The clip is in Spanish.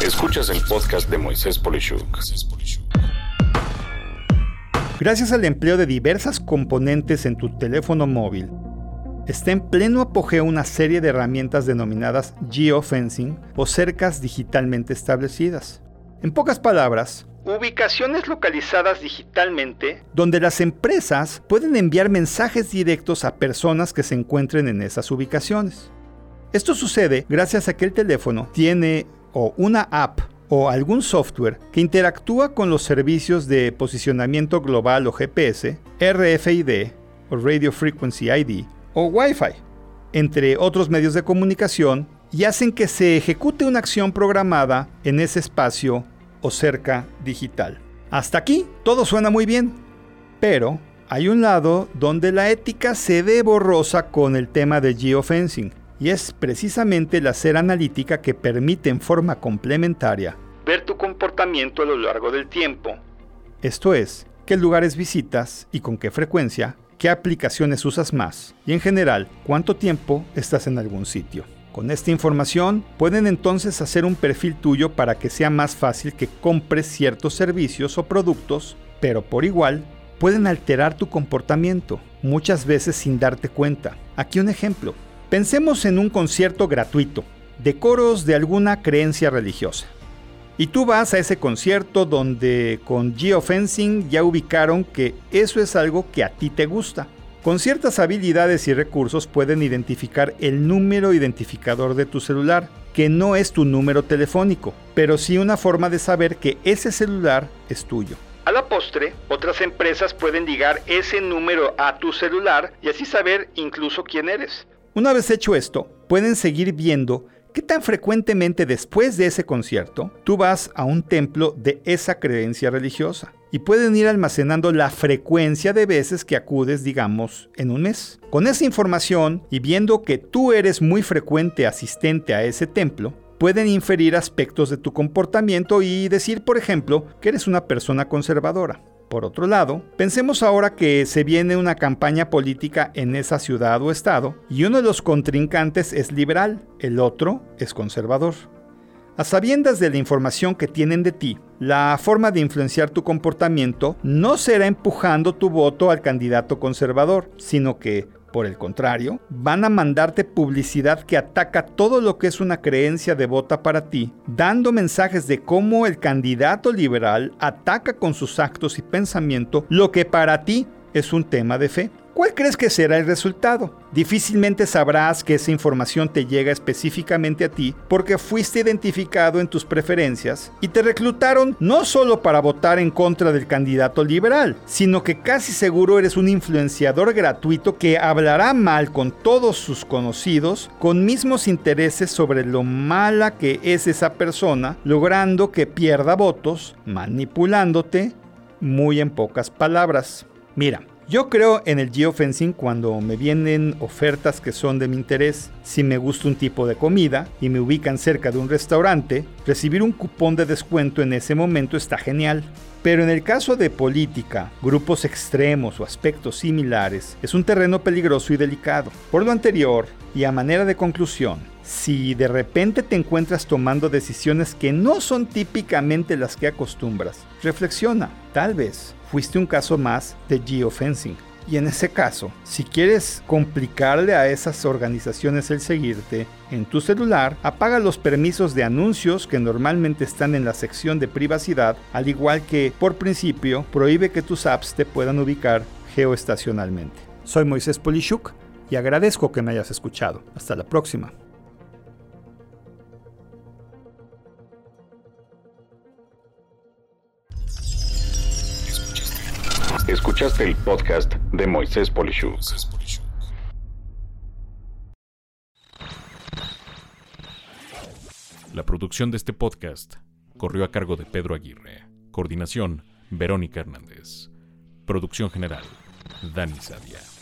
Escuchas el podcast de Moisés Polishuk. Gracias al empleo de diversas componentes en tu teléfono móvil, está en pleno apogeo una serie de herramientas denominadas geofencing o cercas digitalmente establecidas. En pocas palabras, ubicaciones localizadas digitalmente donde las empresas pueden enviar mensajes directos a personas que se encuentren en esas ubicaciones. Esto sucede gracias a que el teléfono tiene o una app o algún software que interactúa con los servicios de posicionamiento global o GPS, RFID o Radio Frequency ID o Wi-Fi, entre otros medios de comunicación, y hacen que se ejecute una acción programada en ese espacio o cerca digital. Hasta aquí todo suena muy bien, pero hay un lado donde la ética se ve borrosa con el tema de geofencing, y es precisamente la hacer analítica que permite en forma complementaria ver tu comportamiento a lo largo del tiempo. Esto es, qué lugares visitas y con qué frecuencia, qué aplicaciones usas más y en general, cuánto tiempo estás en algún sitio. Con esta información pueden entonces hacer un perfil tuyo para que sea más fácil que compres ciertos servicios o productos, pero por igual pueden alterar tu comportamiento, muchas veces sin darte cuenta. Aquí un ejemplo. Pensemos en un concierto gratuito, de coros de alguna creencia religiosa. Y tú vas a ese concierto donde con geofencing ya ubicaron que eso es algo que a ti te gusta. Con ciertas habilidades y recursos pueden identificar el número identificador de tu celular, que no es tu número telefónico, pero sí una forma de saber que ese celular es tuyo. A la postre, otras empresas pueden ligar ese número a tu celular y así saber incluso quién eres. Una vez hecho esto, pueden seguir viendo qué tan frecuentemente después de ese concierto tú vas a un templo de esa creencia religiosa. Y pueden ir almacenando la frecuencia de veces que acudes, digamos, en un mes. Con esa información y viendo que tú eres muy frecuente asistente a ese templo, pueden inferir aspectos de tu comportamiento y decir, por ejemplo, que eres una persona conservadora. Por otro lado, pensemos ahora que se viene una campaña política en esa ciudad o estado y uno de los contrincantes es liberal, el otro es conservador. A sabiendas de la información que tienen de ti, la forma de influenciar tu comportamiento no será empujando tu voto al candidato conservador, sino que, por el contrario, van a mandarte publicidad que ataca todo lo que es una creencia devota para ti, dando mensajes de cómo el candidato liberal ataca con sus actos y pensamiento lo que para ti es un tema de fe. ¿Cuál crees que será el resultado? Difícilmente sabrás que esa información te llega específicamente a ti porque fuiste identificado en tus preferencias y te reclutaron no solo para votar en contra del candidato liberal, sino que casi seguro eres un influenciador gratuito que hablará mal con todos sus conocidos con mismos intereses sobre lo mala que es esa persona, logrando que pierda votos, manipulándote, muy en pocas palabras. Mira, yo creo en el geofencing cuando me vienen ofertas que son de mi interés. Si me gusta un tipo de comida y me ubican cerca de un restaurante, recibir un cupón de descuento en ese momento está genial. Pero en el caso de política, grupos extremos o aspectos similares, es un terreno peligroso y delicado. Por lo anterior, y a manera de conclusión, si de repente te encuentras tomando decisiones que no son típicamente las que acostumbras, reflexiona, tal vez fuiste un caso más de geofencing. Y en ese caso, si quieres complicarle a esas organizaciones el seguirte, en tu celular apaga los permisos de anuncios que normalmente están en la sección de privacidad, al igual que, por principio, prohíbe que tus apps te puedan ubicar geoestacionalmente. Soy Moisés Polishuk y agradezco que me hayas escuchado. Hasta la próxima. Escuchaste el podcast de Moisés Polishuk. La producción de este podcast corrió a cargo de Pedro Aguirre. Coordinación, Verónica Hernández. Producción general, Dani Sadia.